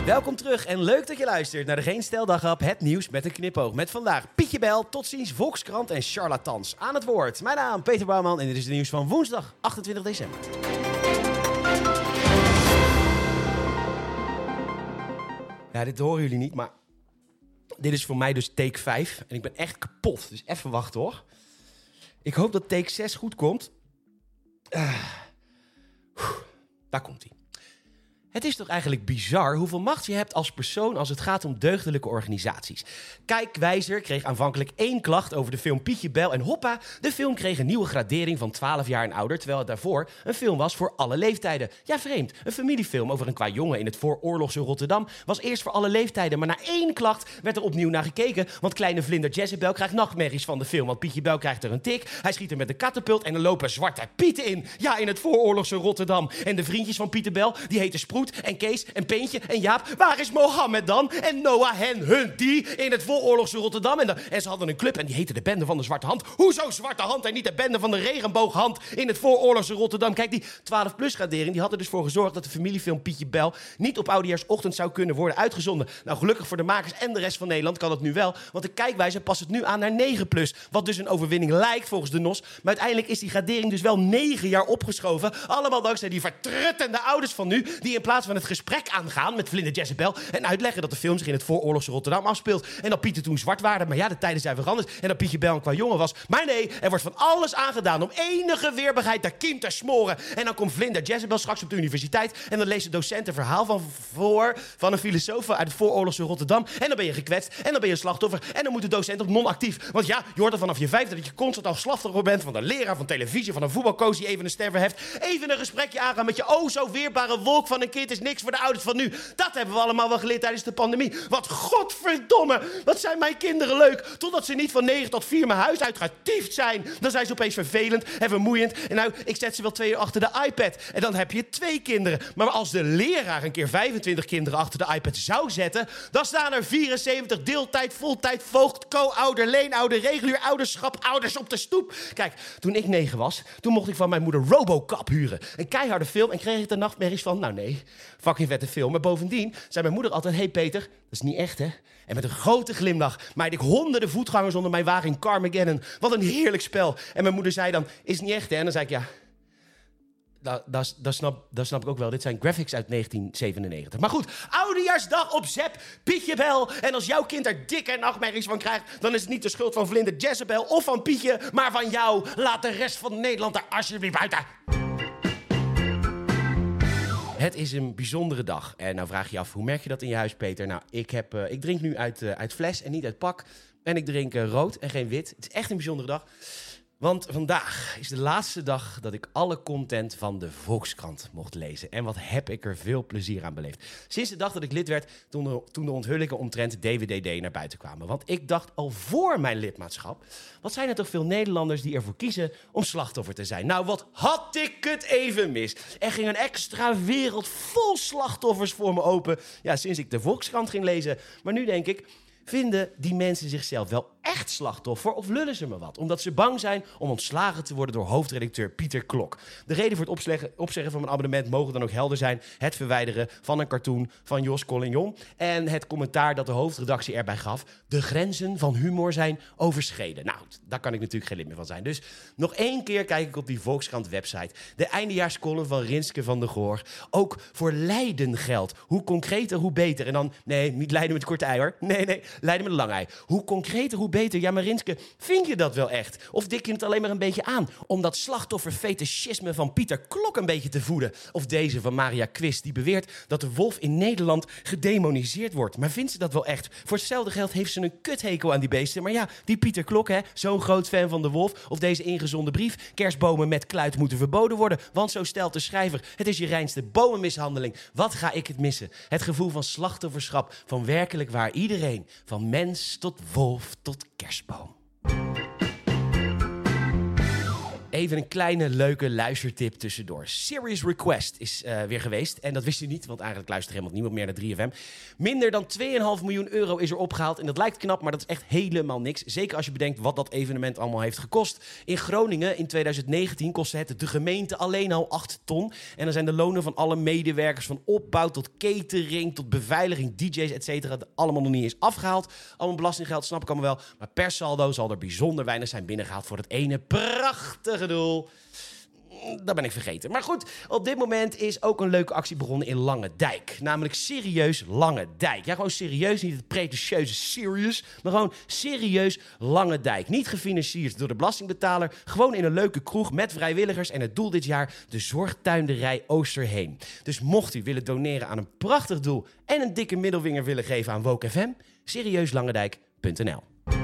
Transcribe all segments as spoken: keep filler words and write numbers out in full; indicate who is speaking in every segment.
Speaker 1: Welkom terug en leuk dat je luistert naar de Geen Stel Daghap, het nieuws met een knipoog. Met vandaag Pietje Bel, tot ziens, Volkskrant en charlatans aan het woord. Mijn naam Peter Bouwman en dit is het nieuws van woensdag achtentwintig december. Ja, dit horen jullie niet, maar dit is voor mij dus take vijf en ik ben echt kapot. Dus even wachten hoor. Ik hoop dat take zes goed komt. Uh, daar komt hij. Het is toch eigenlijk bizar hoeveel macht je hebt als persoon als het gaat om deugdelijke organisaties. Kijkwijzer kreeg aanvankelijk één klacht over de film Pietje Bel en hoppa, de film kreeg een nieuwe gradering van twaalf jaar en ouder, terwijl het daarvoor een film was voor alle leeftijden. Ja, vreemd. Een familiefilm over een qua jongen in het vooroorlogse Rotterdam was eerst voor alle leeftijden, maar na één klacht werd er opnieuw naar gekeken, want kleine vlinder Jezebel krijgt nachtmerries van de film, want Pietje Bel krijgt er een tik, hij schiet er met een katapult en er lopen zwarte pieten in. Ja, in het vooroorlogse Rotterdam. En de vriendjes van Pieter Bel, die heten Sproet en Kees en Peentje en Jaap. Waar is Mohammed dan? En Noah, hen, hun, die in het vooroorlogse Rotterdam. En, de, en ze hadden een club en die heette de Bende van de Zwarte Hand. Hoezo Zwarte Hand en niet de Bende van de Regenbooghand in het vooroorlogse Rotterdam? Kijk, die twaalf plus gradering die had er dus voor gezorgd dat de familiefilm Pietje Bel niet op Oudejaarsochtend zou kunnen worden uitgezonden. Nou, gelukkig voor de makers en de rest van Nederland kan het nu wel, want de kijkwijzer past het nu aan naar negen plus. Wat dus een overwinning lijkt volgens de N O S. Maar uiteindelijk is die gradering dus wel negen jaar opgeschoven. Allemaal dankzij die vertruttende ouders van nu, die in plaats van het gesprek aangaan met vlinder Jezebel en uitleggen dat de film zich in het vooroorlogse Rotterdam afspeelt en dat Pieter toen zwart waren, maar ja, de tijden zijn veranderd en dat Pietje Bel een qua jongen was. Maar nee, er wordt van alles aangedaan om enige weerbaarheid daar kiem te smoren. En dan komt vlinder Jezebel straks op de universiteit en dan leest de docent een verhaal van voor van een filosoof uit het vooroorlogse Rotterdam en dan ben je gekwetst en dan ben je slachtoffer en dan moet de docent op non-actief. Want ja, je hoort er vanaf je vijfde dat je constant al slachtoffer bent van de leraar, van televisie, van een voetbalcoach die even een ster verheft. Even een gesprekje aangaan met je oh zo weerbare wolk van een kind is niks voor de ouders van nu. Dat hebben we allemaal wel geleerd tijdens de pandemie. Wat godverdomme, wat zijn mijn kinderen leuk. Totdat ze niet van negen tot vier mijn huis uit getiefd zijn. Dan zijn ze opeens vervelend en vermoeiend. En nou, ik zet ze wel twee uur achter de iPad. En dan heb je twee kinderen. Maar als de leraar een keer vijfentwintig kinderen achter de iPad zou zetten, dan staan er vierenzeventig deeltijd, voltijd, voogd, co-ouder, leenouder, regulier ouderschap, ouders op de stoep. Kijk, toen ik negen was, toen mocht ik van mijn moeder Robocop huren. Een keiharde film en kreeg ik de nachtmerries van, nou nee, fucking vette film. Maar bovendien zei mijn moeder altijd, hey Peter, dat is niet echt hè? En met een grote glimlach maaide ik honderden voetgangers onder mijn wagen in Carmageddon. Wat een heerlijk spel. En mijn moeder zei dan, is het niet echt hè? En dan zei ik, ja, dat, dat, dat, snap, dat snap ik ook wel. Dit zijn graphics uit negentien zevenennegentig. Maar goed, Oudejaarsdag op Zep, Pietje Bel. En als jouw kind er dikke nachtmerries van krijgt, dan is het niet de schuld van vlinder Jezebel of van Pietje, maar van jou. Laat de rest van Nederland er alsjeblieft buiten. Het is een bijzondere dag. En nou vraag je af, hoe merk je dat in je huis, Peter? Nou, ik, heb, uh, ik drink nu uit, uh, uit fles en niet uit pak. En ik drink uh, rood en geen wit. Het is echt een bijzondere dag. Want vandaag is de laatste dag dat ik alle content van de Volkskrant mocht lezen. En wat heb ik er veel plezier aan beleefd. Sinds de dag dat ik lid werd, toen de, toen de onthullingen omtrent D V D D naar buiten kwamen. Want ik dacht al voor mijn lidmaatschap, wat zijn er toch veel Nederlanders die ervoor kiezen om slachtoffer te zijn. Nou, wat had ik het even mis. Er ging een extra wereld vol slachtoffers voor me open. Ja, sinds ik de Volkskrant ging lezen. Maar nu denk ik, vinden die mensen zichzelf wel echt slachtoffer of lullen ze me wat? Omdat ze bang zijn om ontslagen te worden door hoofdredacteur Pieter Klok. De reden voor het opzeggen, opzeggen van mijn abonnement mogen dan ook helder zijn. Het verwijderen van een cartoon van Jos Collignon. En het commentaar dat de hoofdredactie erbij gaf. De grenzen van humor zijn overschreden. Nou, daar kan ik natuurlijk geen lid meer van zijn. Dus nog één keer kijk ik op die Volkskrant website. De eindejaarscolumn van Rinske van der Goor. Ook voor Leiden geldt. Hoe concreter, hoe beter. En dan, nee, niet Leiden met korte ei hoor. Nee, nee, Leiden met een lang ei. Hoe concreter, hoe beter. Ja, maar Rinske, vind je dat wel echt? Of dik je het alleen maar een beetje aan om dat slachtofferfetischisme van Pieter Klok een beetje te voeden? Of deze van Maria Quist, die beweert dat de wolf in Nederland gedemoniseerd wordt. Maar vindt ze dat wel echt? Voor hetzelfde geld heeft ze een kuthekel aan die beesten. Maar ja, die Pieter Klok, hè, zo'n groot fan van de wolf. Of deze ingezonden brief. Kerstbomen met kluit moeten verboden worden. Want zo stelt de schrijver, het is je reinste bomenmishandeling. Wat ga ik het missen? Het gevoel van slachtofferschap, van werkelijk waar iedereen. Van mens tot wolf tot kerstboom. Even een kleine leuke luistertip tussendoor. Serious Request is uh, weer geweest. En dat wist u niet, want eigenlijk luistert helemaal niemand meer naar drie F M. Minder dan twee komma vijf miljoen euro is er opgehaald. En dat lijkt knap, maar dat is echt helemaal niks. Zeker als je bedenkt wat dat evenement allemaal heeft gekost. In Groningen in twintig negentien kostte het de gemeente alleen al acht ton. En dan zijn de lonen van alle medewerkers van opbouw tot catering, tot beveiliging, D J's, et cetera, allemaal nog niet eens afgehaald. Allemaal belastinggeld, snap ik allemaal wel. Maar per saldo zal er bijzonder weinig zijn binnengehaald voor het ene prachtige doel. Dat ben ik vergeten. Maar goed, op dit moment is ook een leuke actie begonnen in Langendijk. Namelijk serieus Langendijk. Ja, gewoon serieus. Niet het pretentieuze serious, maar gewoon serieus Langendijk. Niet gefinancierd door de belastingbetaler. Gewoon in een leuke kroeg met vrijwilligers. En het doel dit jaar, de Zorgtuinderij Oosterheem. Dus mocht u willen doneren aan een prachtig doel en een dikke middelvinger willen geven aan Woke F M, serieus langendijk punt n l.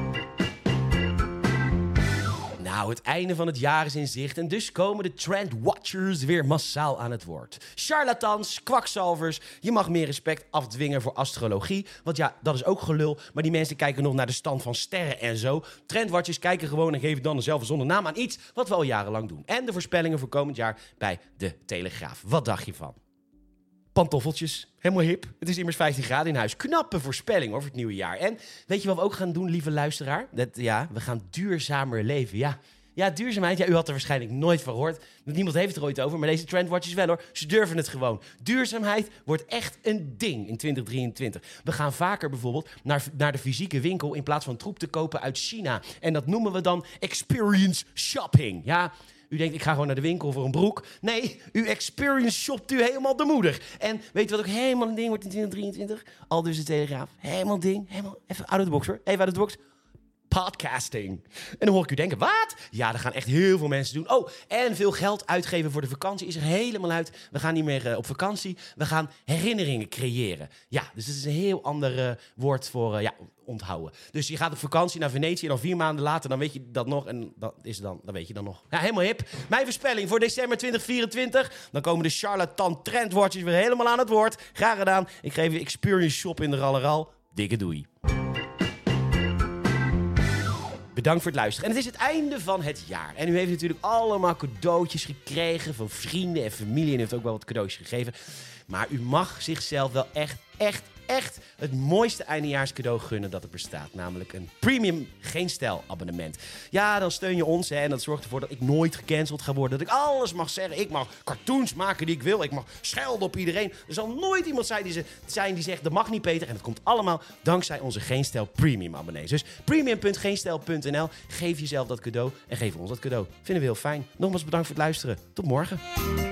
Speaker 1: Nou, het einde van het jaar is in zicht en dus komen de trendwatchers weer massaal aan het woord. Charlatans, kwakzalvers, je mag meer respect afdwingen voor astrologie. Want ja, dat is ook gelul, maar die mensen kijken nog naar de stand van sterren en zo. Trendwatchers kijken gewoon en geven dan dezelfde zonder naam aan iets wat we al jarenlang doen. En de voorspellingen voor komend jaar bij De Telegraaf. Wat dacht je van? Pantoffeltjes, helemaal hip. Het is immers vijftien graden in huis. Knappe voorspelling over het nieuwe jaar. En weet je wat we ook gaan doen, lieve luisteraar? Dat, ja, we gaan duurzamer leven, ja. Ja, duurzaamheid, ja, u had er waarschijnlijk nooit van gehoord. Niemand heeft het er ooit over, maar deze trendwatchers wel hoor. Ze durven het gewoon. Duurzaamheid wordt echt een ding in twintig drieëntwintig. We gaan vaker bijvoorbeeld naar, naar de fysieke winkel in plaats van troep te kopen uit China. En dat noemen we dan experience shopping, ja. U denkt, ik ga gewoon naar de winkel voor een broek. Nee, u experience shopt u helemaal de moeder. En weet je wat ook helemaal een ding wordt in twintig drieëntwintig? Al dus de Telegraaf. Helemaal ding. Helemaal, even out of the box hoor. Even out of the box. Podcasting. En dan hoor ik u denken, wat? Ja, dat gaan echt heel veel mensen doen. Oh, en veel geld uitgeven voor de vakantie is er helemaal uit. We gaan niet meer uh, op vakantie. We gaan herinneringen creëren. Ja, dus dat is een heel ander uh, woord voor uh, ja, onthouden. Dus je gaat op vakantie naar Venetië en dan vier maanden later, dan weet je dat nog. En dat is dan, dan weet je dan nog. Ja, helemaal hip. Mijn voorspelling voor december twintig vierentwintig. Dan komen de charlatan trendwatchers weer helemaal aan het woord. Graag gedaan. Ik geef je experience shop in de ralleral. Dikke doei. Bedankt voor het luisteren. En het is het einde van het jaar. En u heeft natuurlijk allemaal cadeautjes gekregen van vrienden en familie. En u heeft ook wel wat cadeautjes gegeven. Maar u mag zichzelf wel echt, echt, echt het mooiste eindejaarscadeau gunnen dat er bestaat. Namelijk een premium Geen Stijl abonnement. Ja, dan steun je ons hè, en dat zorgt ervoor dat ik nooit gecanceld ga worden. Dat ik alles mag zeggen. Ik mag cartoons maken die ik wil. Ik mag schelden op iedereen. Er zal nooit iemand zijn die, ze, zijn die zegt, dat mag niet Peter. En dat komt allemaal dankzij onze Geen Stijl premium abonnees. Dus premium punt geen stijl punt n l. Geef jezelf dat cadeau en geef ons dat cadeau. Vinden we heel fijn. Nogmaals bedankt voor het luisteren. Tot morgen.